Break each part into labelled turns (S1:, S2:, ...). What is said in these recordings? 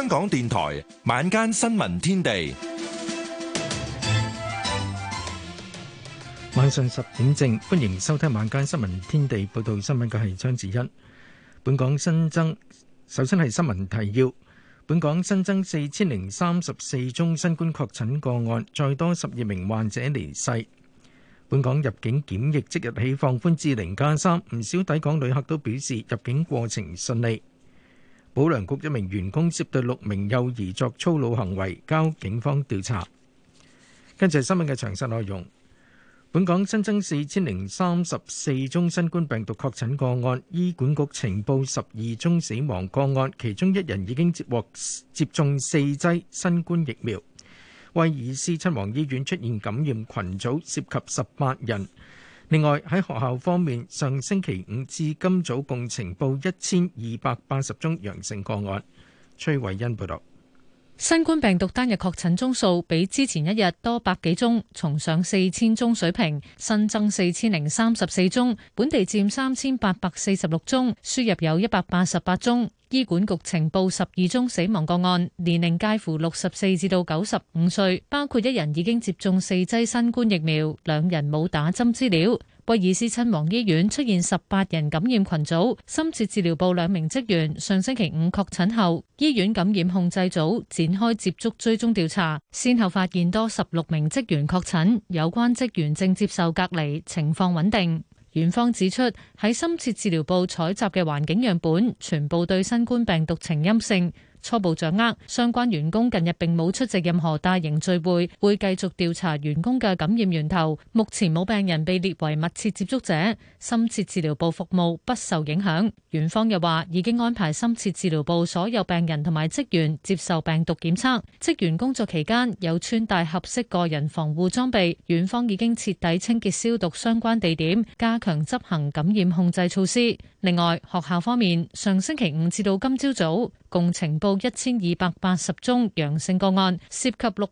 S1: 香港電台晚間新聞天地，
S2: 晚上10點正，歡迎收聽晚間新聞天地。報道新聞嘅係張子欣。本港新增，首先係新聞提要。本港新增4034宗新冠確診個案，再多12名患者離世。本港入境檢疫即日起放寬至0+3，唔少抵港旅客都表示入境過程順利。保良局一名員工涉對6名幼兒作粗魯行為，交警方調查。跟住係新聞嘅詳細內容。本港新增4034宗新冠病毒確診個案，醫管局呈報12宗死亡個案，其中1人已經接種4劑新冠疫苗。威爾斯親王醫院出現感染群組，涉及18人。另外喺學校方面，上星期五至今早共呈報1280宗陽性個案。崔慧欣報道。
S3: 新冠病毒單日確診宗數比之前一日多百幾宗，重上4000宗水平，新增4034宗，本地佔3846宗，輸入有188宗。醫管局呈報12宗死亡個案，年齡介乎64至到95歲，包括1人已經接種4劑新冠疫苗，2人冇打針資料。威爾斯親王醫院出現18人感染群組，深切治療部2名職員上星期五確診後，醫院感染控制組展開接觸追蹤調查，先後發現多16名職員確診，有關職員正接受隔離，情況穩定。院方指出，喺深切治療部採集嘅環境樣本全部對新冠病毒呈陰性。初步掌握相關員工近日並冇出席任何大型聚會，會繼續調查員工嘅感染源頭。目前冇病人被列為密切接觸者，深切治療部服務不受影響。院方又話已經安排深切治療部所有病人同埋職員接受病毒檢測，職員工作期間有穿戴合適個人防護裝備。院方已經徹底清潔消毒相關地點，加強執行感染控制措施。另外，學校方面，上星期五至到今朝早共呈報1280宗陽性個案，涉及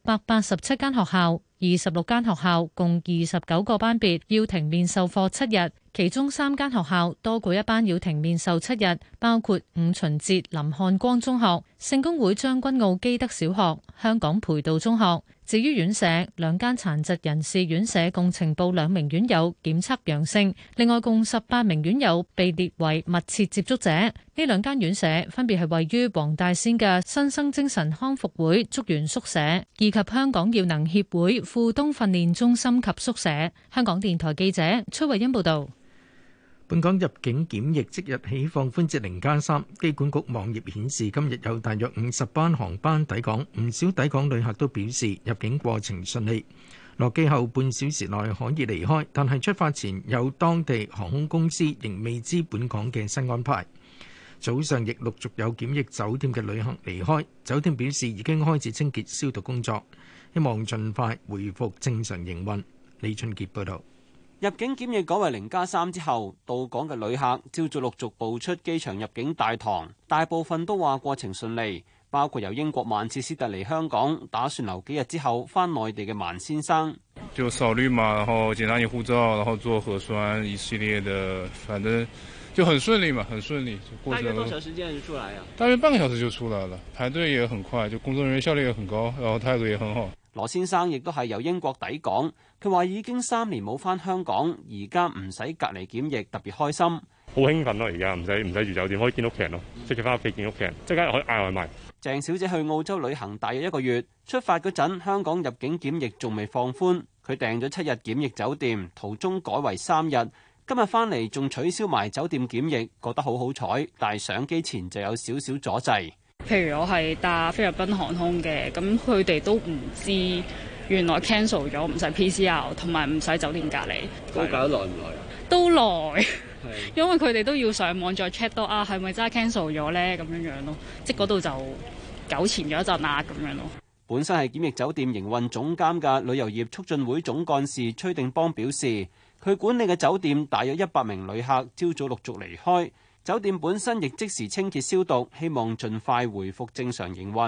S3: 687間學校，26間學校共29個班別要停面授課7日，其中3間學校多過一班要停面授7日，包括伍旬節林漢光中學、聖公會將軍澳基德小學、香港培道中學。至於院舍，2間殘疾人士院舍共呈報2名院友檢測陽性，另外共18名院友被列為密切接觸者。呢2間院舍分別係位於黃大仙嘅新生精神康復會竹園宿舍，以及香港耀能協會富東訓練中心及宿舍。香港電台記者崔慧欣報道。
S2: 本港入境檢疫即日起放寬至0+3，機管局網頁顯示今日有大約50班航班抵港，唔少抵港旅客都表示入境過程順利，落機後半小時內可以離開，但係出發前有當地航空公司仍未知本港嘅新安排。早上亦陸續有檢疫酒店嘅旅客離開，酒店表示已經開始清潔消毒工作，希望盡快回復正常營運。李俊傑報導。
S4: 入境檢疫改為0+3之後，到港嘅旅客朝早陸續步出機場入境大堂，大部分都話過程順利，包括由英國曼徹斯特嚟香港，打算留幾日之後返內地嘅萬先生。
S5: 就掃綠碼，然後檢查你護照，然後做核酸，一系列的，反正就很順利嘛，很順利。
S4: 大約多少時間就出來啊？
S5: 大約半個小時就出來了，排隊也很快，就工作人員效率也很高，然後態度也很好。
S4: 羅先生亦都係由英國抵港，佢話已經3年冇返香港，而家唔使隔離檢疫，特別開心。
S6: 好興奮咯！而家唔使住酒店，可以見屋企人咯，即刻返屋企見屋企人，即刻可以嗌外賣。
S4: 鄭小姐去澳洲旅行大約1個月，出發嗰陣香港入境檢疫仲未放寬，佢訂咗7日檢疫酒店，途中改為3日。今日返嚟仲取消埋酒店檢疫，覺得好好彩，但係上機前就有少少阻滯。
S7: 譬如我係搭菲律賓航空嘅，咁佢哋都唔知原來 cancel 咗，唔使 PCR 同埋唔使酒店隔離。
S4: 咁搞得耐唔耐？
S7: 都耐，因為佢哋都要上網再 check 到啊，係咪真係 cancel 咗咧？咁樣樣咯，即係嗰度就糾纏咗一陣啊，咁樣咯。
S4: 本身係檢疫酒店營運總監嘅旅遊業促進會總幹事崔定邦表示，佢管理嘅酒店大約100名旅客，朝早陸續離開。酒店本身亦即時清潔消毒，希望盡快回復正常營運。
S8: 曾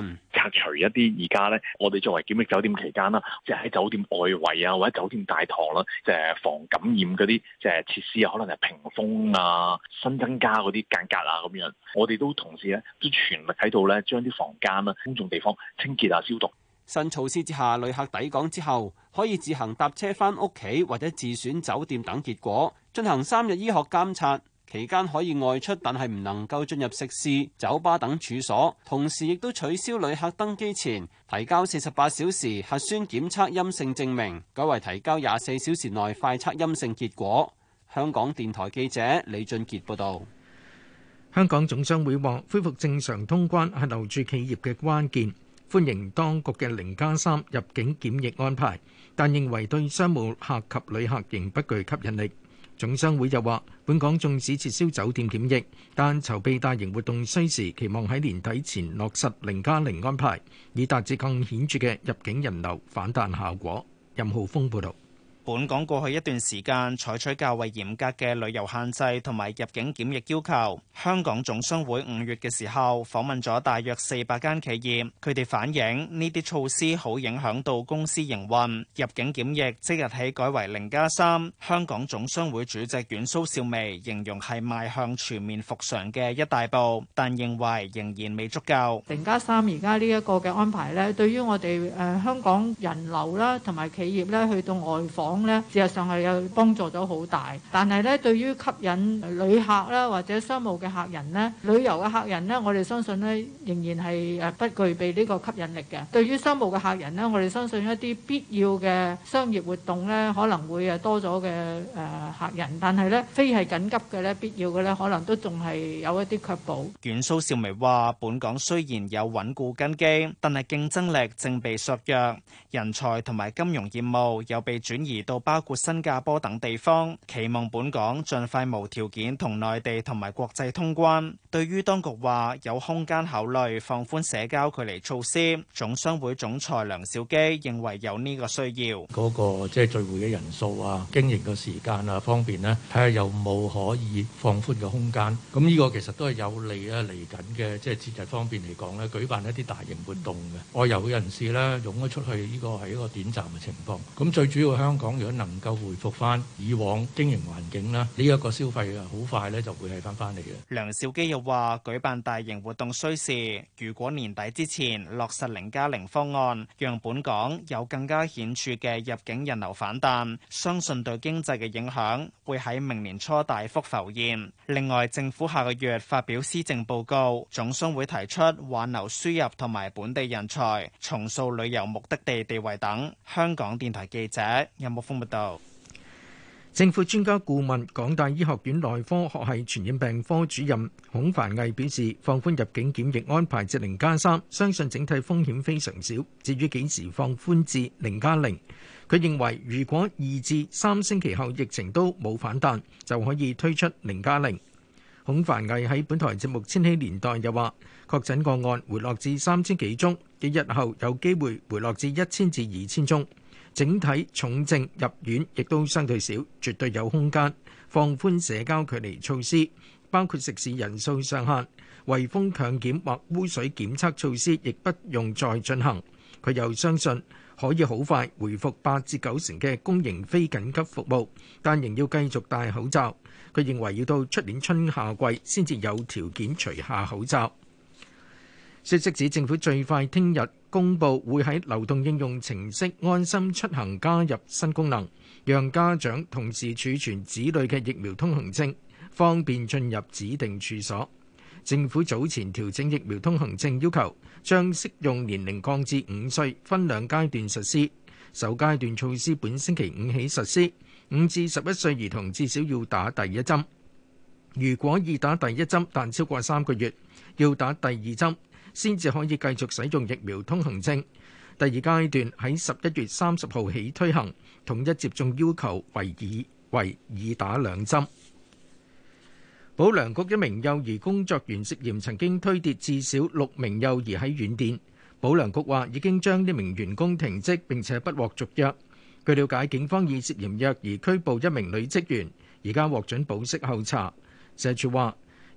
S8: 除一啲而家咧，我哋作為檢疫酒店期間啦，即係喺酒店外圍啊，或者酒店大堂啦，即係防感染嗰啲即係設施啊，可能係屏風啊，新增加嗰啲間隔啊咁樣。我哋都同時咧都全力喺度咧，將啲房間啦、公眾地方清潔啊、消毒。
S4: 新措施之下，旅客抵港之後可以自行搭車返屋企或者自選酒店等結果，進行3日醫學監察。期間可以外出，但係唔能夠進入食肆、酒吧等處所。同時亦都取消旅客登機前提交48小時核酸檢測陰性證明，改為提交24小時內快測陰性結果。香港電台記者李俊傑報導。
S2: 香港總商會話，恢復正常通關係留住企業嘅關鍵，歡迎當局嘅0+3入境檢疫安排，但認為對商務客及旅客仍不具吸引力。總商會又話，本港縱使撤銷酒店檢疫，但籌備大型活動需時，期望喺年底前落實0+0安排，以達至更顯著嘅入境人流反彈效果。任浩峰報導。
S9: 本港過去一段時間採取較為嚴格嘅旅遊限制同埋入境檢疫要求。香港總商會5月嘅時候訪問咗大約400間企業，佢哋反映呢啲措施好影響到公司營運。入境檢疫即日起改為0+3。香港總商會主席阮蘇少薇形容係邁向全面復常嘅一大步，但認為仍然未足夠。
S10: 0+3而家呢一個嘅安排咧，對於我哋香港人流啦同埋企業咧去到外訪咧，事實上係有幫助咗好大，但係咧對於吸引旅客啦或者商務嘅客人咧，旅遊嘅客人咧，我哋相信咧仍然係不具備呢個吸引力嘅。對於商務嘅客人咧，我哋相信一啲必要嘅商業活動咧，可能會多咗嘅客人，但係咧非係緊急嘅咧，必要嘅咧，可能都仲係有一啲卻步。
S9: 阮蘇少薇話：本港雖然有穩固根基，但係競爭力正被削弱，人才同埋金融業務又被轉移到包括新加坡等地方，期望本港盡快無條件同內地同埋國際通關。對於當局話有空間考慮放寬社交距離措施，總商會總裁梁兆基認為有呢個需要。
S11: 嗰個即係聚會嘅人數啊、經營嘅時間啊方面呢，睇下有冇可以放寬嘅空間。咁呢個其實都係有利啊嚟緊嘅即係節日方面嚟講咧，舉辦一啲大型活動嘅外遊嘅人士咧湧咗出去，呢個係一個短暫嘅情況。咁最主要香港如果能夠回復翻以往經營環境啦，呢一個消費啊，好快咧就會係翻嚟嘅。
S9: 梁兆基又話：舉辦大型活動需時，如果年底之前落實0+0方案，讓本港有更加顯著嘅入境人流反彈，相信對經濟嘅影響會喺明年初大幅浮現。另外，政府下個月發表施政報告，總商會提出挽留輸入同埋本地人才，重塑旅遊目的地地位等。香港電台記者任木峰報道。
S2: 政府專家顧問、港大醫學院內科學系傳染病科主任孔繁毅表示，放寬入境檢疫安排至0+3，相信整體風險非常少。至於幾時放寬至0+0，佢認為如果2至3星期後疫情都冇反彈，就可以推出0+0。孔繁毅喺本台節目《千禧年代》又話，確診個案回落至3000幾宗，幾日後有機會回落至1000至2000宗。整體重症入院亦都相對少，絕對有空間放寬社交距離措施，包括食肆人數上限、圍封強檢或污水檢測措施亦不用再進行。佢又相信可以好快回復8至9成嘅公營非緊急服務，但仍要繼續戴口罩。佢認為要到出年春夏季先至有條件除下口罩。消息指政府最快聽日公佈會喺流動應用程式安心出行加入新功能，讓家長同時儲存子女嘅疫苗通行證，方便進入指定處所。政府早前調整疫苗通行證要求，將適用年齡降至5歲，分2階段實施。首階段措施本星期5起實施，5至11歲兒童至少要打第1針。如果已打第1針但超過3個月，要打第2針，先至可以繼續使用疫苗通行證。第2階段喺11月30號起推行，統一接種要求為已打2針。保良局一名幼兒工作員涉嫌曾經推跌至少6名幼兒喺院店，保良局話已經將呢名員工停職並且不獲續約。據了解，警方以涉嫌虐兒拘捕一名女職員，而家獲准保釋候查。社署話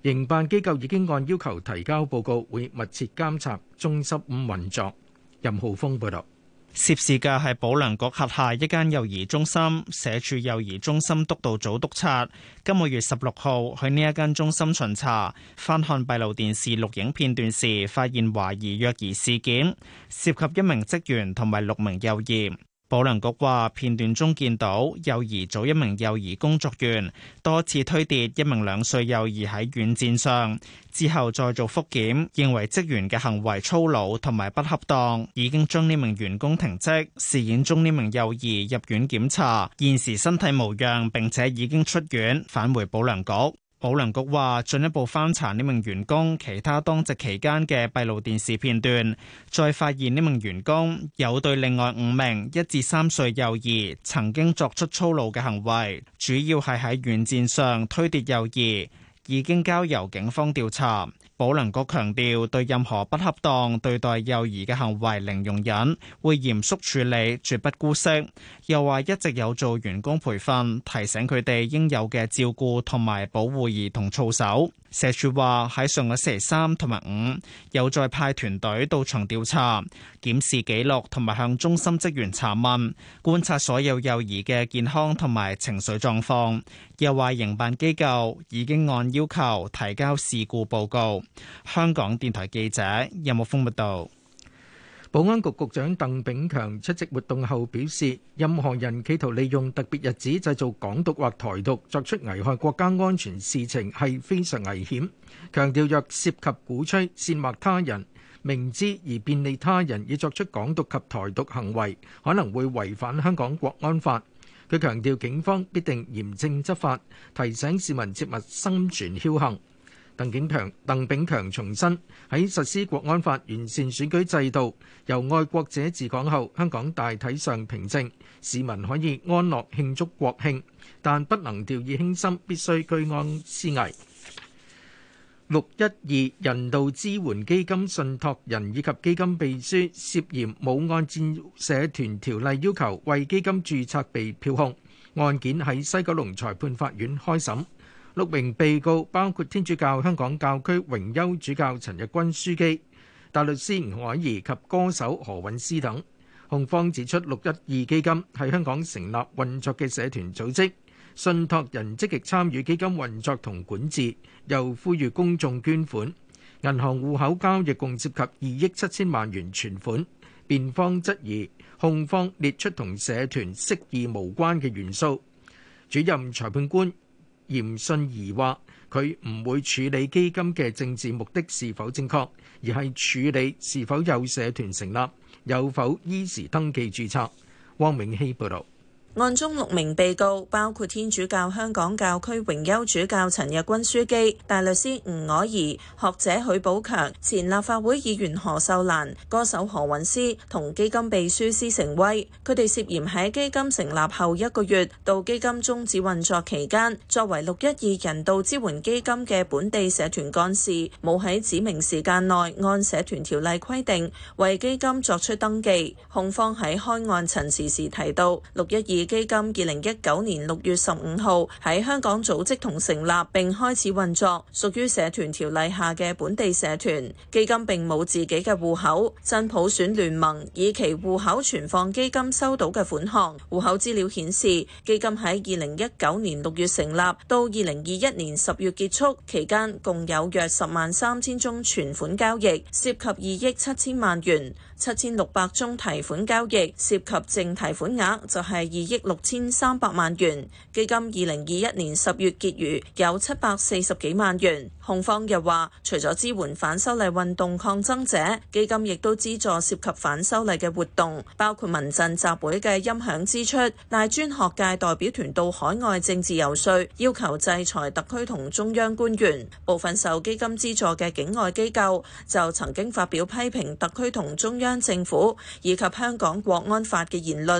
S2: 營辦機構已經按要求提交報告，會密切監察中心運作。任浩峰報導。
S9: 涉事嘅係保良局轄下一間幼兒中心，社署幼兒中心督導組督察今個月16號去呢一間中心巡查，翻看閉路電視錄影片段時，發現懷疑虐兒事件，涉及1名職員同埋6名幼兒。保良局話，片段中見到幼兒組1名幼兒工作員多次推跌1名2歲幼兒喺軟墊上，之後再做復檢，認為職員嘅行為粗魯同埋不恰當，已經將呢名員工停職。事件中呢名幼兒入院檢查，現時身體無恙，並且已經出院，返回保良局。保良局話，進一步翻查呢名員工其他當值期間嘅閉路電視片段，再發現呢名員工有對另外5名1至3歲幼兒曾經作出粗魯嘅行為，主要係喺軟墊上推跌幼兒，已經交由警方調查。保良局強調，對任何不恰當對待幼兒嘅行為零容忍，會嚴肅處理，絕不姑息。又話一直有做員工培訓，提醒佢哋應有嘅照顧同埋保護兒童操守。社署話喺上個星期3同埋5有再派團隊到場調查、檢視記錄同埋向中心職員查問，觀察所有幼兒嘅健康同埋情緒狀況。又話營辦機構已經按要求提交事故報告。香港電台記者任木峰報道。
S2: 保安局局長鄧炳強出席活動後表示，任何人企圖利用特別日子製造港獨或台獨，作出危害國家安全事情係非常危險。強調若涉及鼓吹、煽惑他人，明知而便利他人以作出港獨及台獨行為，可能會違反香港國安法。佢強調警方必定嚴正執法，提醒市民切勿心存僥倖。鄧炳強重申，喺實施國安法、完善選舉制度、由愛國者治港後，香港大體上平靜，市民可以安樂慶祝國慶，但不能掉以輕心，必須居安思危。612人道支援基金信託人以及基金秘書涉嫌冇按照社團條例要求為基金註冊被票控，案件喺西九龍裁判法院開審。6名被告包括天主教香港教區榮休主教陳日君樞機、大律師吳靄儀及歌手何韻詩等。控方指出，612基金係香港成立運作嘅社團組織，信託人積極參與基金運作同管治，又呼籲公眾捐款。銀行戶口交易共涉及2億7千萬元存款。辯方質疑控方列出同社團適意無關嘅元素。主任裁判官嚴信儀話：佢唔會處理基金嘅政治目的是否正確，而係處理是否有社團成立，有否依時登記註冊。汪永熙報導。
S12: 案中6名被告包括天主教香港教區榮休主教陳日君樞機、大律師吳靄儀、學者許寶強、前立法會議員何秀蘭、歌手何韻詩同基金秘書施成威。佢哋涉嫌喺基金成立後1個月到基金終止運作期間，作為612人道支援基金嘅本地社團幹事，冇喺指明時間內按社團條例規定為基金作出登記。控方喺開案陳詞時提到，612基金2019年6月15號喺香港組織同成立並開始運作，屬於社團條例下嘅本地社團。基金並冇自己嘅戶口，真普選聯盟以其戶口存放基金收到嘅款項。戶口資料顯示，基金喺2019年6月成立到2021年10月結束期間，共有約103000宗存款交易，涉及2億7千萬元。7600宗提款交易，涉及淨提款額就係2億6300萬元。基金2021年10月結餘有740幾萬元。控方又話，除咗支援反修例運動抗爭者，基金亦都資助涉及反修例嘅活動，包括民陣集會嘅音響支出、大專學界代表團到海外政治遊說，要求制裁特區同中央官員。部分受基金資助嘅境外機構就曾經發表批評特區同中央政府以及香港國安法嘅言論。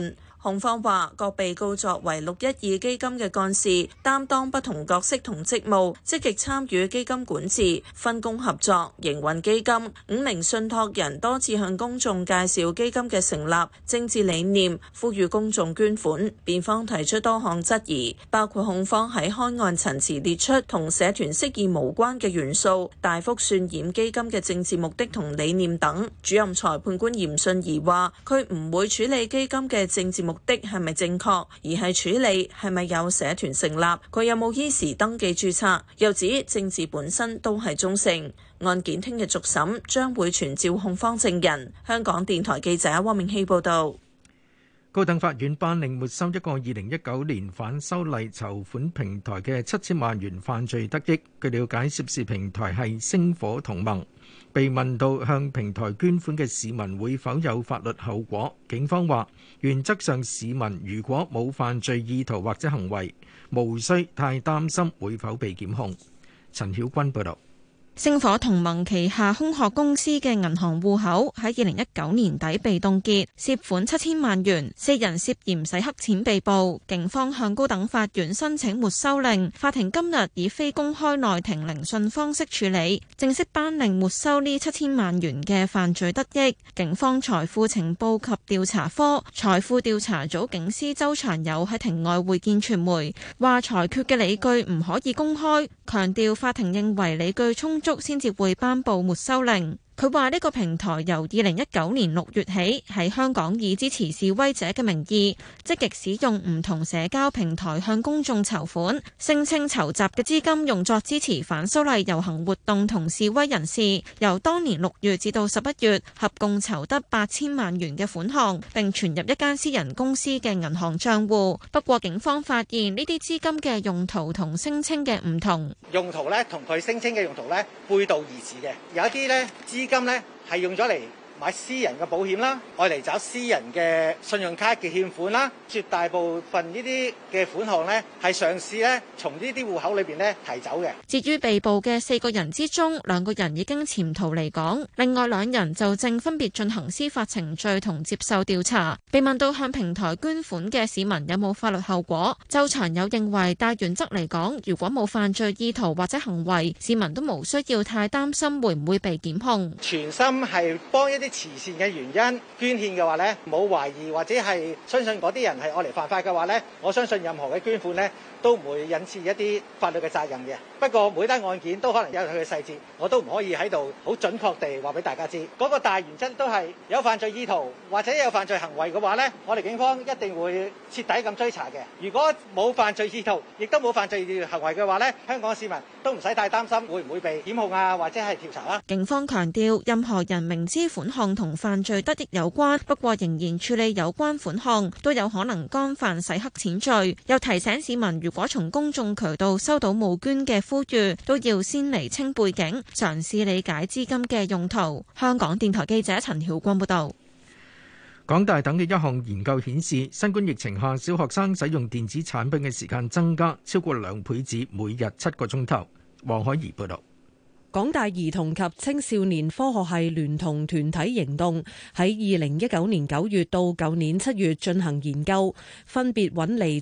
S12: 控方話，各被告作為612基金嘅幹事，擔當不同角色同職務，積極參與基金管治，分工合作，營運基金。5名信託人多次向公眾介紹基金嘅成立、政治理念，呼籲公眾捐款。辯方提出多項質疑，包括控方喺開案陳詞列出同社團適宜無關嘅元素，大幅渲染基金嘅政治目的同理念等。主任裁判官嚴信儀話：佢唔會處理基金嘅政治目的係咪正確，而係處理係咪有社團成立，佢有冇依時登記註冊。又指政治本身都係中性。案件聽日續審，將會傳召控方證人。香港電台記者汪明希報導。
S2: 高等法院頒令沒收一個2019年反修例籌款平台嘅7000萬元犯罪得益。據了解，涉事平台係星火同盟。被問到向平台捐款嘅市民會否有法律後果，警方話原則上市民如果冇犯罪意圖或者行為，無需太擔心會否被檢控。陳曉君報導。
S13: 星火同盟旗下空殼公司嘅銀行戶口喺2019年底被凍結，涉款7000萬元，4人涉嫌洗黑錢被捕。警方向高等法院申請沒收令，法庭今日以非公開內庭聆訊方式處理，正式頒令沒收呢7000萬元嘅犯罪得益。警方財富情報及調查科財富調查組警司周長友喺庭外會見傳媒，話裁決嘅理據唔可以公開，強調法庭認為理據充足先至會頒布沒收令。佢話呢個平台由2019年6月起喺香港以支持示威者嘅名義，積極使用唔同社交平台向公眾籌款，聲稱籌集嘅資金用作支持反修例遊行活動同示威人士。由當年6月至到11月，合共籌得8000萬元嘅款項，並存入一間私人公司嘅銀行帳戶。不過警方發現呢啲資金嘅用途同聲稱嘅唔同，
S14: 用途咧同佢聲稱嘅用途咧背道而馳嘅，有一啲咧資金咧係用咗嚟買私人嘅保險啦，愛嚟找私人嘅信用卡嘅欠款啦，絕大部分呢啲嘅款項呢，係嘗試呢從呢啲戶口裏邊呢提走嘅。
S13: 至於被捕嘅4個人之中，2個人已經潛逃離港，另外2人就正分別進行司法程序同接受調查。被問到向平台捐款嘅市民有冇法律後果，周長友認為大原則嚟講，如果冇犯罪意圖或者行為，市民都無需要太擔心會唔會被檢控。
S14: 全心係幫一啲慈善嘅原因捐獻嘅話呢，冇懷疑或者係相信嗰啲人係愛嚟犯法嘅話呢，我相信任何嘅捐款呢都唔會引致一啲法律嘅責任嘅。不過每單案件都可能有佢嘅細節，我都唔可以喺度好準確地話俾大家知。嗰個大原則都係有犯罪意圖或者有犯罪行為嘅話呢，我哋警方一定會徹底咁追查嘅。如果冇犯罪意圖，亦都冇犯罪行為嘅話呢，香港市民都唔使太擔心會唔會被檢控啊，或者係調查啦。
S13: 警方強調，任何人明知款項同犯罪得益有關，不過仍然處理有關款項，都有可能干犯洗黑錢罪。又提醒市民，如果從公眾渠道收到募捐嘅呼籲，都要先釐清背景，嘗試理解資金嘅用途。香港電台記者陳曉君報道。
S2: 港大等嘅一項研究顯示，新冠疫情下小學生使用電子產品嘅時間增加超過2倍至每日7個鐘頭。黃海怡報道。
S15: 港大兒童及青少年科學系聯同團體行動，喺2019年9月到舊年7月進行研究，分別揾嚟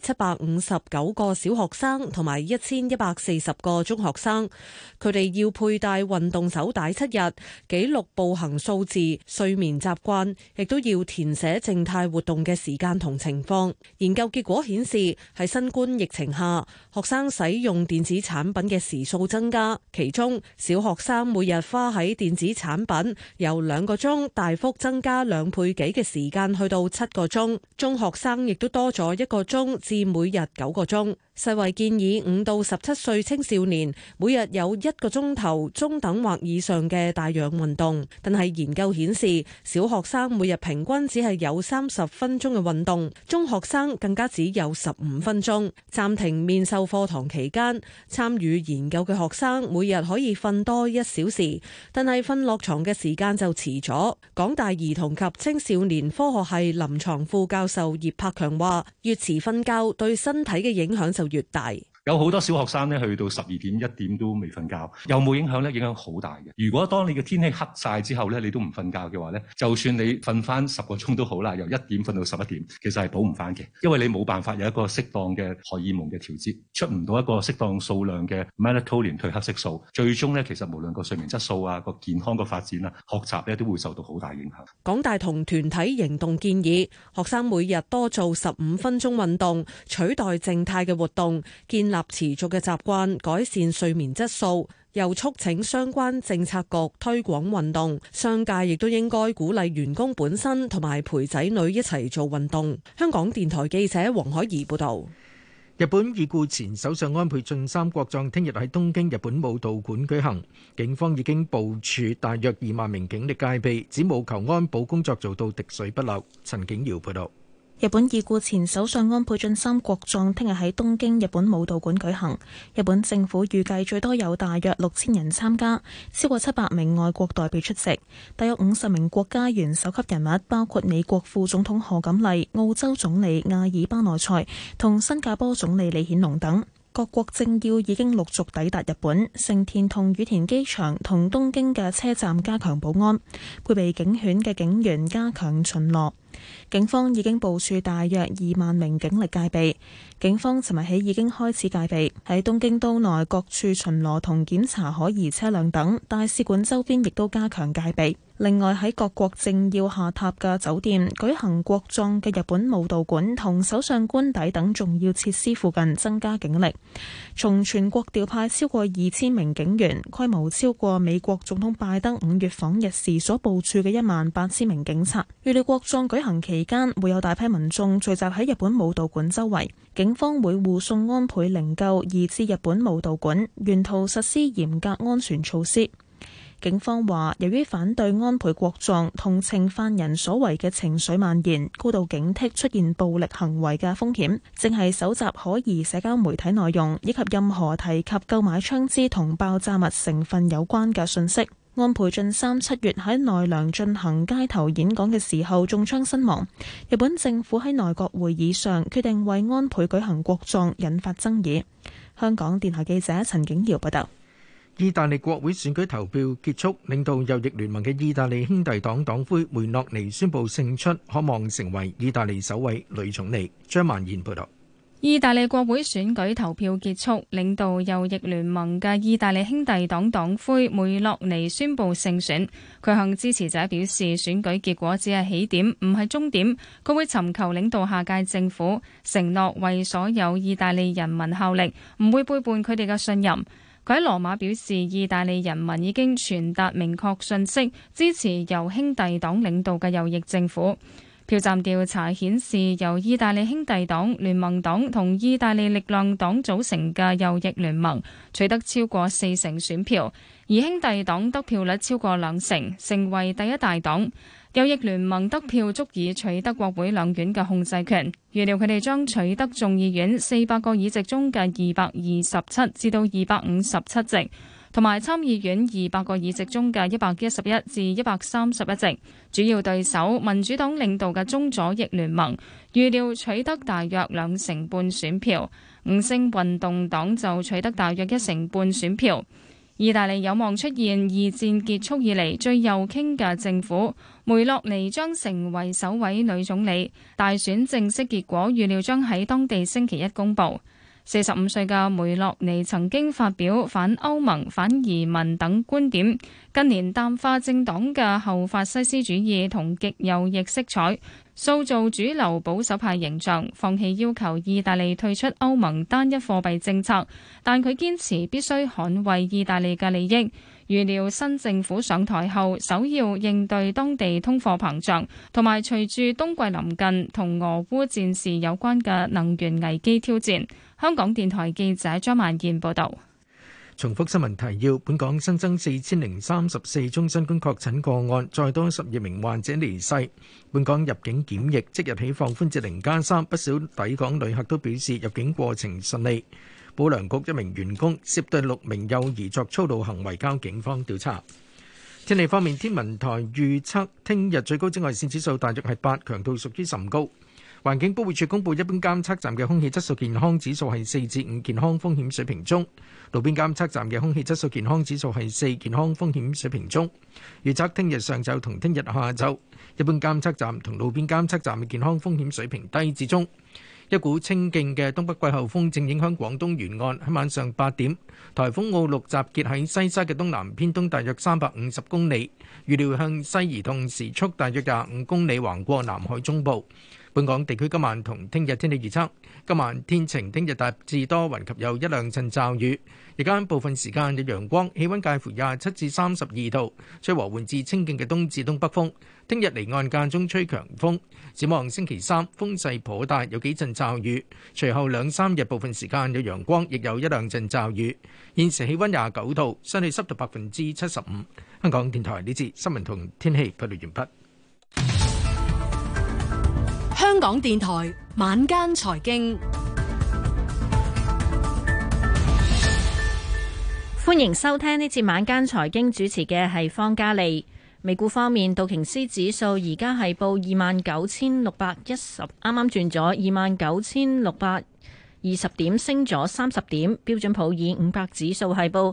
S15: 759個小學生同埋1140個中學生，佢哋要佩戴運動手帶7日，記錄步行數字、睡眠習慣，亦都要填寫靜態活動嘅時間同情況。研究結果顯示，喺新冠疫情下，學生使用電子產品嘅時數增加，其中小學生每日花喺電子產品由2個鐘大幅增加2倍幾嘅時間，去到7個鐘。中學生亦都多咗1個鐘至每日9個鐘。世衛建議5到17歲青少年每日有1個鐘頭中等或以上嘅帶氧運動，但係研究顯示，小學生每日平均只係有30分鐘嘅運動，中學生更加只有15分鐘。暫停面授課堂期間，參與研究嘅學生每日可以瞓多1小時，但係瞓落床嘅時間就遲咗。港大兒童及青少年科學系臨床副教授葉柏強話，越遲瞓覺對身體嘅影響就越大。
S16: 有好多小學生咧去到12點1點都未瞓覺，有冇影響咧？影響好大嘅。如果當你嘅天氣黑晒之後咧，你都唔瞓覺嘅話咧，就算你瞓翻10個鐘都好啦，由1點瞓到11點，其實係補唔翻嘅，因為你冇辦法有一個適當嘅荷爾蒙嘅調節，出唔到一個適當數量嘅 melatonin 褪黑色素，最終咧其實無論個睡眠質素啊、個健康個發展啊、學習咧都會受到好大影響。
S15: 港大同團體行動建議學生每日多做15分鐘運動，取代靜態嘅活動，建立持續嘅習慣，改善睡眠質素。又促請相關政策局推廣運動，商界亦都應該鼓勵員工本身同埋陪仔女一齊做運動。香港電台記者黃海怡報導。
S2: 日本已故前首相安倍晉三國葬聽日喺東京日本武道館舉行，警方已經部署大約2萬名警力戒備，只務求安保工作做到滴水不漏。陳景堯報導。
S17: 日本已故前首相安倍晉三國葬聽日喺東京日本武道館舉行，日本政府預計最多有大約6000人參加，超過700名外國代表出席，大約50名國家元首級人物，包括美國副總統賀錦麗、澳洲總理阿爾巴內塞同新加坡總理李顯龍等。各國政要已經陸續抵達日本，成田同羽田機場同東京嘅車站加強保安，配備警犬嘅警員加強巡邏。警方已經部署大約2萬名警力戒備。警方尋日起已經開始戒備，喺東京都內各處巡邏同檢查可疑車輛等，大使館周邊亦都加強戒備。另外喺各國政要下榻嘅酒店舉行國葬嘅日本武道館同首相官邸等重要設施附近增加警力，從全國調派超過2000名警員，規模超過美國總統拜登5月訪日時所部署嘅18000名警察。預料國葬舉行期間會有大批民眾聚集喺日本武道館周圍，警方會護送安倍靈柩移至日本武道館，沿途實施嚴格安全措施。警方話，由於反對安倍國葬同情犯人所為嘅情緒蔓延，高度警惕出現暴力行為嘅風險，正係搜集可疑社交媒體內容以及任何提及購買槍支同爆炸物成分有關嘅信息。安倍晉三7月喺奈良進行街頭演講嘅時候中槍身亡。日本政府喺內閣會議上決定為安倍舉行國葬，引發爭議。香港電台記者陳景堯報道。
S2: 意大利國會選舉投票結束，領導右翼聯盟嘅意大利兄弟黨黨魁梅洛尼宣布勝出，可望成為意大利首位女總理。張曼燕報道。
S18: 意大利國會選舉投票結束，領導右翼聯盟嘅意大利兄弟黨黨魁梅洛尼宣布勝選。佢向支持者表示，選舉結果只係起點，唔係終點。佢會尋求領導下屆政府，承諾為所有意大利人民效力，唔會背叛佢哋嘅信任。佢喺羅馬表示，意大利人民已經傳達明確訊息，支持由兄弟黨領導嘅右翼政府。票站調查顯示，由意大利兄弟黨、聯盟黨同意大利力量黨組成嘅右翼聯盟取得超過40成選票，而兄弟黨得票率超過2成，成為第一大黨。右翼聯盟得票足以取得國會兩院嘅控制權，預料佢哋將取得眾議院400個議席中嘅227至到257席，同埋參議院200個議席中嘅111至131席。主要對手民主黨領導嘅中左翼聯盟預料取得大約2成半選票，五星運動黨就取得大約1成半選票。意大利有望出現二戰結束以嚟最右傾嘅政府，梅洛尼將成為首位女總理。大選正式結果預料將喺當地星期一公佈。45歲嘅梅洛尼曾經發表反歐盟、反移民等觀點，近年淡化政黨嘅後法西斯主義同極右翼色彩，塑造主流保守派形象，放棄要求意大利退出歐盟單一貨幣政策，但佢堅持必須捍衛意大利嘅利益。預料新政府上台後，首要應對當地通貨膨脹，同埋隨住冬季臨近同俄烏戰事有關嘅能源危機挑戰。香港電台記者張曼燕報導。
S2: 重複新聞提要：本港新增4034宗新冠確診個案，再多12名患者離世。本港入境檢疫即日起放寬至0+3，不少抵港旅客都表示入境過程順利。保良局一名員工涉對6名幼兒作粗魯行為，交警方調查。天氣方面，天文台預測聽日最高紫外線指數大約係8，強度屬於甚高。 環境保護署公布一般監測站嘅空氣質素健康指數係4至5，健康風險水平中；路邊監測站嘅空氣質素健康指數係4，健康風險水平中。預測聽日上晝同聽日下晝，一般監測站同路邊監測站嘅健康風險水平低至中。一股清勁嘅東北季候風正影響廣東沿岸，喺晚上8點，颱風奧鹿集結喺西沙嘅東南偏東大約350公里，預料向西移動，時速大約25公里，橫過南海中部。本港地區今晚同聽日天氣預測：今晚天晴，聽日大致多雲及有一兩陣驟雨，日間部分時間有陽光，氣溫介乎27至32度，吹和緩至清勁嘅東至東北風。聽日離岸間中吹強風，展望星期三風勢頗大，有幾陣驟雨，隨後兩三日部分時間有陽光，亦有一兩陣驟雨。現時氣溫29度，相對濕度75%。香港電台呢節新聞同天氣報道完畢。
S19: 香港電台晚間財經，
S20: 歡迎收聽呢節晚間財經，主持嘅係方嘉利。美股方面，道瓊斯指數而家係報29,610，啱啱轉咗29,620點，升咗30點。標準普爾500指數係報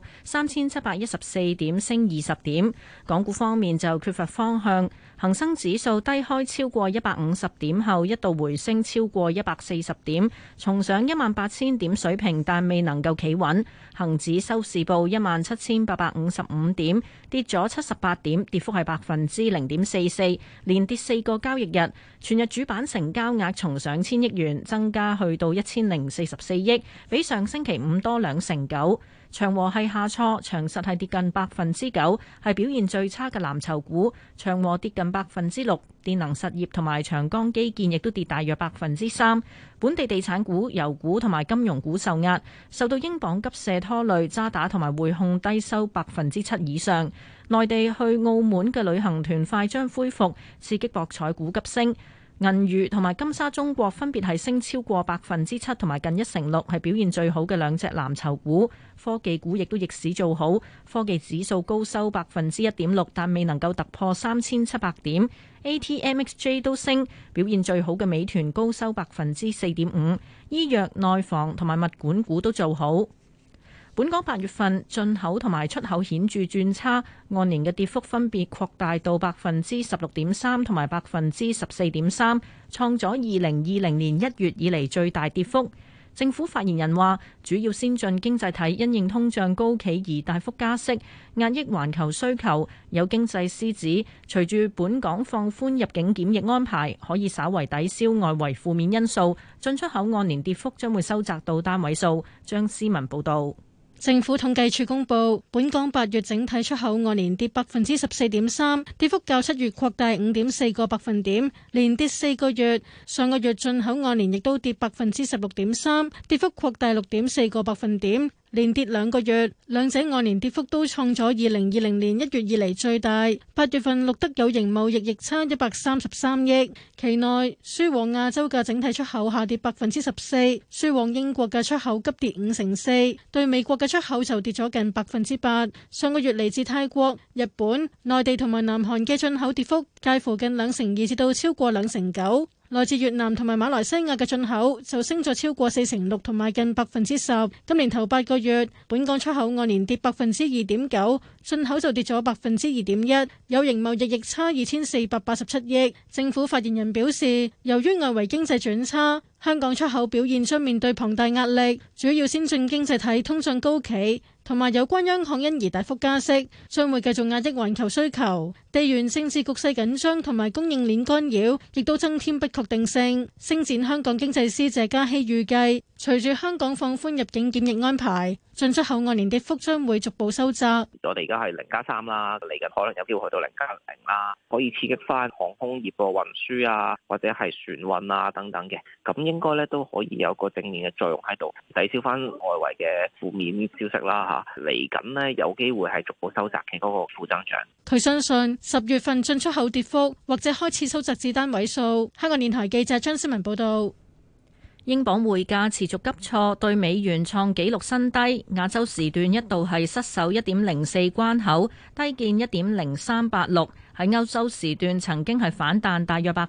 S20: 3,714點，升20點。港股方面就缺乏方向。恒生指數低開超過150點後，一度回升超過140點，重上18,000點水平，但未能夠企穩。恒指收市報17,855點，跌咗78點，跌幅係0.44%，連跌4個交易日。全日主板成交額重上千億元，增加去到1044億，比上星期五多2成9。長和係下挫，長實係跌近9%，係表現最差嘅藍籌股。長和跌近6%，電能實業同埋長江基建亦都跌大約3%。本地地產股、油股同埋金融股受壓，受到英鎊急瀉拖累，渣打同埋匯控低收7%以上。內地去澳門嘅旅行團快將恢復，刺激博彩股急升。銀娛同埋金沙中國分別係升超過7%同埋近6%，係表現最好嘅兩隻藍籌股。科技股亦都逆市做好，科技指數高收1.6%，但未能夠突破3700點。ATMXJ 都升，表現最好嘅美團高收4.5%。醫藥、內房同埋物管股都做好。本港8月份進口同埋出口顯著轉差，按年嘅跌幅分別擴大到16.3%同埋14.3%，創咗2020年1月以嚟最大跌幅。政府發言人話，主要先進經濟體因應通脹高企而大幅加息，壓抑環球需求。有經濟師指，隨住本港放寬入境檢疫安排，可以稍為抵消外圍負面因素，進出口按年跌幅將會收窄到單位數。張思文報導。
S21: 政府統計處公布，本港8月整體出口按年跌14.3%，跌幅較7月擴大5.4個百分點，連跌4個月。上個月進口按年亦都跌16.3%，跌幅擴大6.4個百分點，連跌2個月，兩者按年跌幅都創咗2020年1月以嚟最大。8月份錄得有形貿易逆差133億，期內輸往亞洲嘅整體出口下跌14%，輸往英國嘅出口急跌4%，對美國嘅出口就跌咗近8%。上個月嚟自泰國、日本、內地同埋南韓嘅進口跌幅介乎近2%至到超過2%9%。來自越南同埋馬來西亞嘅進口就升咗超過4%同埋近10%。今年頭8個月，本港出口按年跌2.9%，進口就跌咗2.1%，有形貿易逆差2487億。政府發言人表示，由於外圍經濟轉差，香港出口表現將面對龐大壓力，主要先進經濟體通脹高企，同埋有關央行因而大幅加息，將會繼續壓抑環球需求。地緣政治局勢緊張同埋供應鏈干擾，亦都增添不確定性。星展香港經濟師謝嘉熙預計，隨住香港放寬入境檢疫安排，進出口按年跌幅將會逐步收窄。
S22: 我哋而家係0+3啦，嚟緊可能有機會去到0+0啦，可以刺激翻航空業個運輸啊，或者係船運啊等等嘅，咁應該咧都可以有個正面嘅作用喺度，抵消翻外圍嘅負面消息啦嚇。嚟緊呢，有機會係逐步收窄嘅嗰個負增長。
S21: 佢相信10月份進出口跌幅或者開始收窄至單位數。香港電台記者張思文報道。
S20: 英鎊匯價持續急挫，對美元創紀錄新低。亞洲時段一度係失守1.04關口，低見1.0386。 喺歐洲時段曾經係反彈大約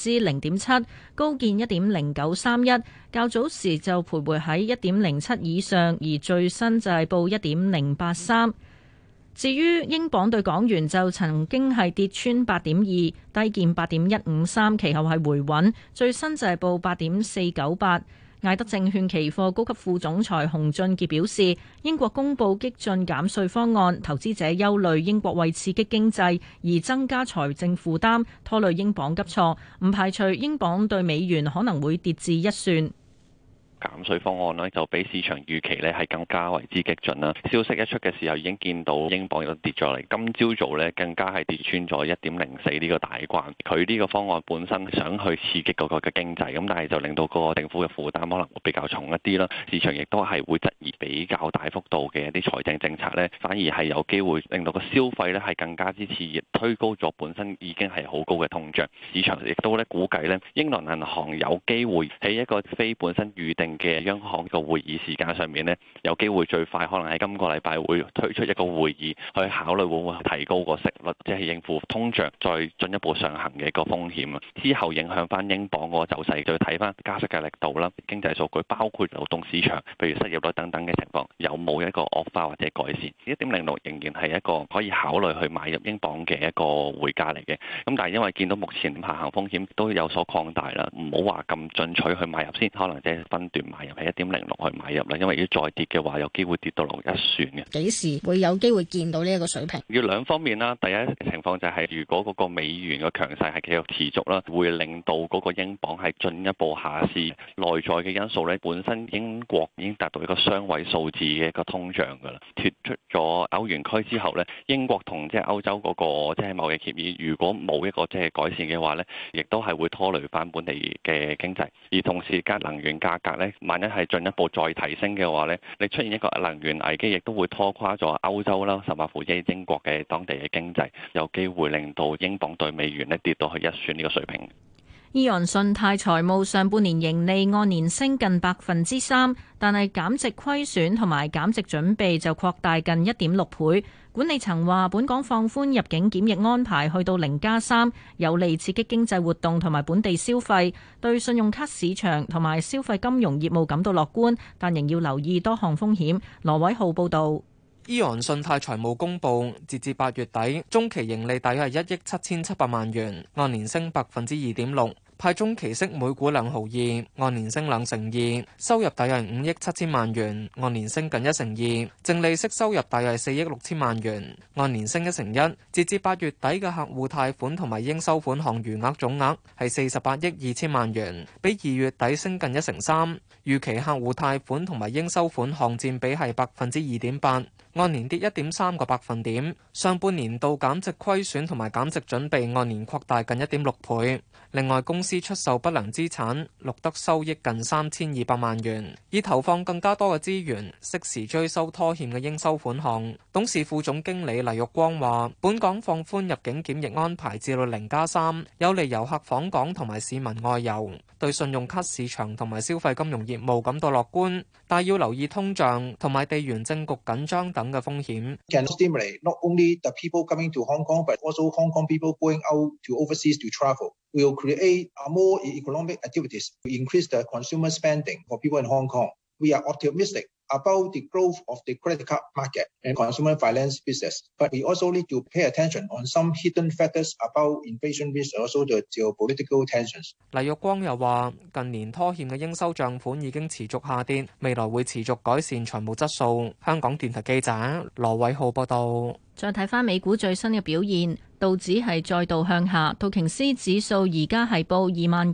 S20: 0.7%，高見1.0931，較早時就徘徊喺1.07以上，而最新就係報1.083。至於英鎊對港元就曾經係跌穿8.2，低見8.153，其後係回穩，最新就係報8.498。艾德證券期貨高級副總裁洪俊傑表示，英國公布激進減稅方案，投資者憂慮英國為刺激經濟而增加財政負擔，拖累英鎊急挫，唔排除英鎊對美元可能會跌至1算。
S1: 減稅方案呢就比市場預期呢係更加為之激進啦。消息一出嘅時候已經見到英鎊又跌咗嚟，今朝早呢更加係跌穿咗1.04呢個大關。佢呢個方案本身想去刺激嗰個嘅經濟，咁但係就令到個政府嘅負擔可能會比較重一啲啦。市場亦都係會質疑比較大幅度嘅一啲財政政策呢，反而係有機會令到個消費呢係更加之熾熱，推高咗本身已經係好高嘅通脹。市場亦都呢估計呢，英倫銀行有機會喺一個非本身預定嘅央行個會議時間上面呢，有機會最快可能喺今個禮拜會推出一個會議，去考慮會唔會提高個息率，即係應付通脹再進一步上行嘅一個風險啊。之後影響翻英鎊個走勢，就要睇翻加息嘅力度啦，經濟數據包括勞動市場，譬如失業率等等嘅情況，有冇一個惡化或者改善。1.06仍然係一個可以考慮去買入英鎊嘅一個匯價嚟嘅。咁但係因為見到目前下行風險都有所擴大啦，唔好話咁進取去買入先，可能即係分段買入喺1.06去買入啦。因為如果再跌嘅話，有機會跌到落1算嘅。
S3: 幾時會有機會見到呢一個水平？
S1: 要兩方面啦。第一情況就係如果嗰個美元嘅強勢係繼續持續啦，會令到嗰個英鎊係進一步下試。內在嘅因素咧，本身英國已經達到一個雙位數字嘅一個通脹㗎啦。脫出咗歐元區之後咧，英國同即係歐洲嗰個即係貿易協議，如果冇一個即係改善嘅話咧，亦都係會拖累翻本地嘅經濟。而同時間能源價格咧，萬一係進一步再提升嘅話咧，你出現一個能源危機，亦都會拖垮咗歐洲啦，甚至乎即係英國嘅當地嘅經濟，有機會令到英鎊對美元咧跌到去1算呢個水平。
S20: 伊昂信貸財務上半年盈利按年升近3%，但係減值虧損同埋減值準備就擴大近1.6倍。管理層話，本港放寬入境檢疫安排去到0+3，有利刺激經濟活動同埋本地消費，對信用卡市場同埋消費金融業務感到樂觀，但仍要留意多項風險。羅偉浩報導。
S23: 伊昂信貸財務公佈，截至8月底，中期盈利大約係1億7700萬元，按年升2.6%。派中期息每股2毫2，按年升2%。收入大約係5億7千萬元，按年升近1%。淨利息收入大約係4億6千萬元，按年升1%。截至8月底嘅客戶貸款同埋應收款項餘額總額係48億2千萬元，比2月底升近1%。預期客戶貸款同埋應收款項佔比係2.8%，按年跌1.3個百分點。上半年度減值虧損同埋減值準備按年擴大近1.6倍。另外，公司出售不良資產，錄得收益近3200萬元，以投放更加多嘅資源，適時追收拖欠嘅應收款項。董事副總經理黎玉光話，本港放寬入境檢疫安排至到0+3，有利遊客訪港同埋市民外遊，對信用卡市場同埋消費金融業務感到樂觀，但要留意通脹同埋地緣政局緊張等嘅風險。
S24: Can stimulate not only the people coming to Hong Kong, but also Hong Kong people going out to overseas to travel. We will create more economic activities to increase the consumer spending for people in Hong Kong. We are optimistic about the growth of the credit card market and consumer finance business, but we also need to pay attention on some hidden factors about inflation risk, also the geopolitical tensions.
S23: 黎玉光又話，近年拖欠嘅應收帳款已經持續下跌，未來會持續改善財務質素。香港電台記者羅偉浩報道。
S20: 再睇翻美股最新嘅表現，道指係再度向下，道瓊斯指數而家係報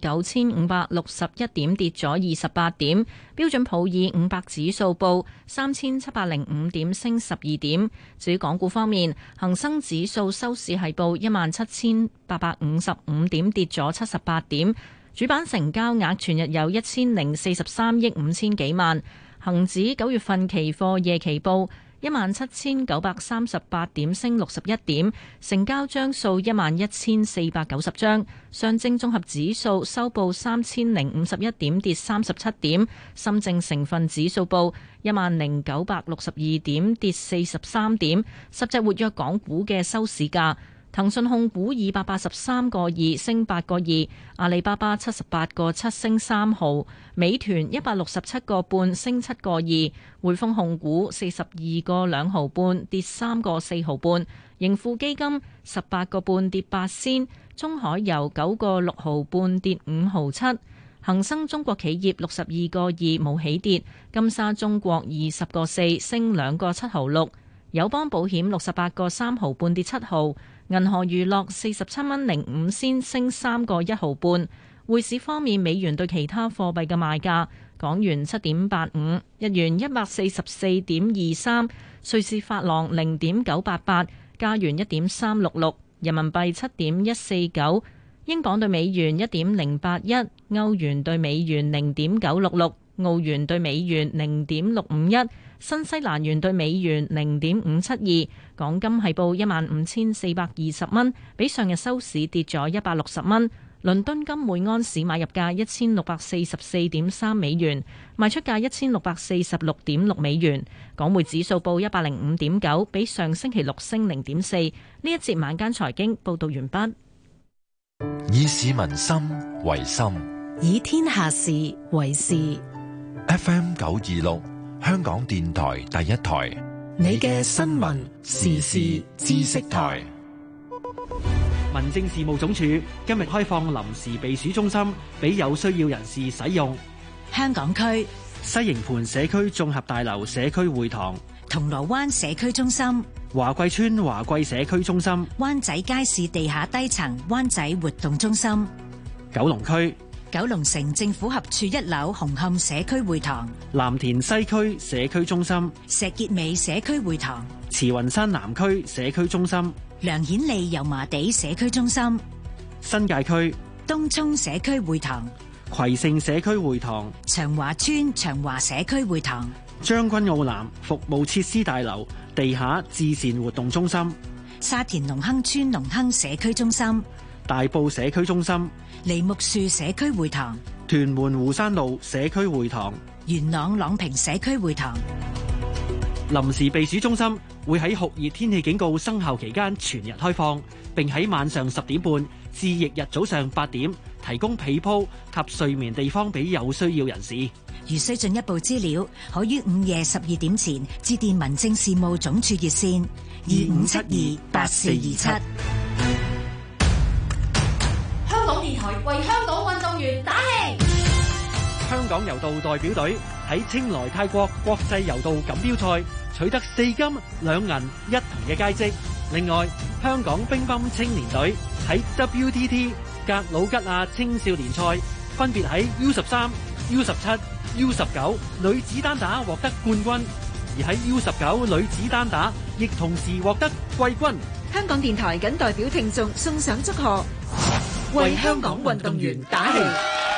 S20: 29,561點，跌咗28點。標準普爾500指數報3,705點，升12點。至於港股方面，恒生指數收市係報17,855點，跌咗78點。主板成交額全日有1043億5千幾萬。恒指9月份期貨夜期報17,938點，升61點，成交張數11,490張。上證綜合指數收報3,051點，跌37點。深證成分指數報10,962點，跌43點。十隻活躍港股嘅收市價： 騰訊控股283個2升8個2，阿里巴巴78個7升3毫，美團167個半升7個2，匯豐控股42個2毫半跌3個4毫半，盈富基金18個半跌8仙，中海油9個6毫半跌5毫7，恒生中國企業62個2冇起跌，金沙中國20個4升2個7毫6，友邦保險68個3毫半跌7毫。銀河娛樂47蚊05仙升3個1毫半。匯市方面，美元對其他貨幣嘅賣價：港元7.85，日元144.23，瑞士法郎0.988，加元1.366，人民幣7.149，英鎊對美元1.081，歐元對美元0.966，澳元對美元0.651。新西蘭元對美元0.572，港金係報15,420蚊，比上日收市跌咗160蚊。倫敦金每安士買入價1644.3美元，賣出價1646.6美元。港匯指數報105.9，比上星期六升0.4。呢一節晚間財經報道完畢。
S5: 以市民心為心，
S19: 以天下事為事。
S5: FM 926。香港電台第一台，
S19: 你嘅新聞時事知識台。
S4: 民政事務總署今日開放臨時避暑中心俾有需要人士使用。
S6: 香港區
S4: 西營盤社區綜合大樓社區會堂、
S6: 銅鑼灣社區中心、
S4: 華貴村華貴社區中心、
S6: 灣仔街市地下低層灣仔活動中心、
S4: 九龍區
S6: 九龍城政府合署1樓紅磡社區會堂、
S4: 藍田西區社區中心、
S6: 石硤尾社區會堂、
S4: 慈雲山南區社區中心、
S6: 梁顯利油麻地社區中心、
S4: 新界區
S6: 東涌社區會堂、
S4: 葵盛社區會堂、
S6: 長華村長華社區會堂、
S4: 將軍澳南服務設施大樓地下至善活動中心、
S6: 沙田隆亨村隆亨社區中心、
S4: 大埔社區中心、
S6: 梨木樹社區會堂、
S4: 屯門湖山路社區會堂、
S6: 元朗朗屏社區會堂。
S4: 臨時避暑中心會喺酷熱天氣警告生效期間全日開放，並喺晚上10點半至翌日早上8點提供被鋪及睡眠地方俾有需要人士。
S6: 如需進一步資料，可於午夜12點前致電民政事務總署熱線25728427。
S19: 香港電台為香港運動員打氣。
S4: 香港柔道代表隊喺青來泰國國際柔道錦標賽取得4金2銀1銅嘅佳績。另外，香港乒乓青年隊喺 WTT 格魯吉亞青少年賽分別喺 U13、U17、U19 女子單打獲得冠軍，而喺 U19 女子單打亦同時獲得季軍。
S19: 香港電台謹代表聽眾送上祝賀，為香港運動員打氣。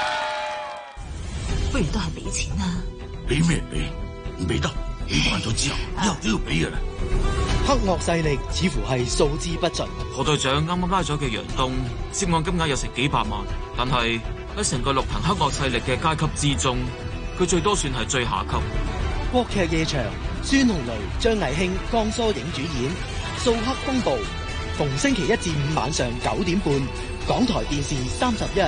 S7: 不如都係俾錢啦！俾咩俾？唔俾得，起慣咗之後，以後都要俾嘅啦。
S8: 黑惡勢力似乎係數之不盡。
S25: 何隊長啱啱拉咗嘅楊東，涉案金額有成幾百萬，但係喺成個綠藤黑惡勢力嘅階級之中，佢最多算係最下級。
S8: 國劇夜場，孫紅雷、張藝興、江疏影主演《掃黑風暴》，逢星期1至5晚上9點半，港台電視31。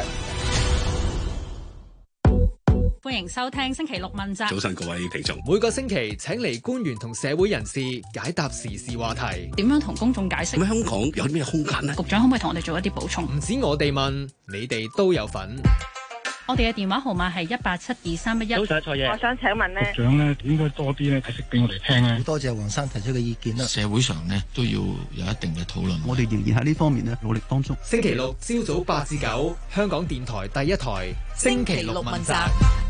S26: 歡迎收聽星期六問責。
S27: 早晨各位聽眾，
S28: 每個星期請嚟官員同社會人士解答時事話題。
S26: 點樣同公眾解釋？
S27: 咁香港有啲咩空間呢？
S26: 局長可唔可以同我哋做一啲補充？
S28: 唔止我哋問，你哋都有份。
S26: 我哋嘅電話號碼係1872311。
S29: 早晨，蔡爺，
S30: 我想請問咧，
S29: 局長咧應該多啲咧解釋俾我哋聽咧。
S31: 好多謝黃生提出嘅意見啦。
S27: 社會上咧都要有一定嘅討論。
S31: 我哋仍然喺呢方面咧努力當中。
S28: 星期六朝早8至9，香港電台第一台，星期六問責。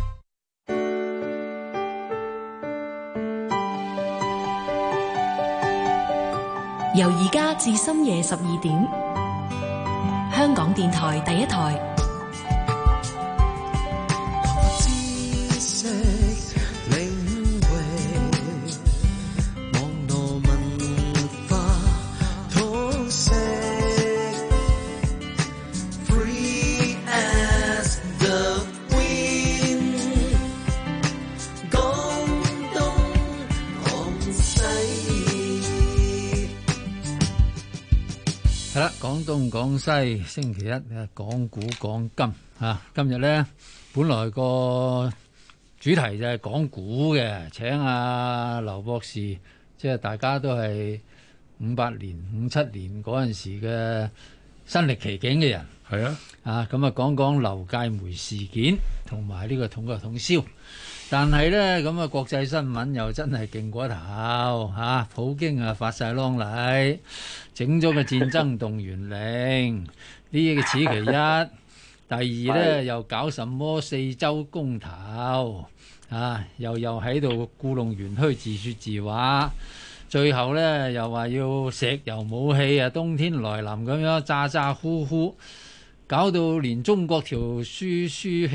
S19: 由而家至深夜12點，香港電台第一台。
S28: 係啦，
S9: 東講西，星期一講股講金啊！今日呢，本來個主題就係講股嘅，請阿劉博士，即係大家都係58年、57年嗰陣時嘅身歷其境嘅人。
S10: 係啊，
S9: 咁啊講講劉介梅事件同埋呢個統購統銷。但係呢，咁啊國際新聞又真係勁過頭嚇，普京啊發晒啷禮，整咗個戰爭動員令，呢個此其一。第二呢，又搞什麼4州公投又喺度故弄玄虛自説自話。最後呢，又話要石油武器冬天來臨咁樣咋咋呼呼，搞到連中國條輸氣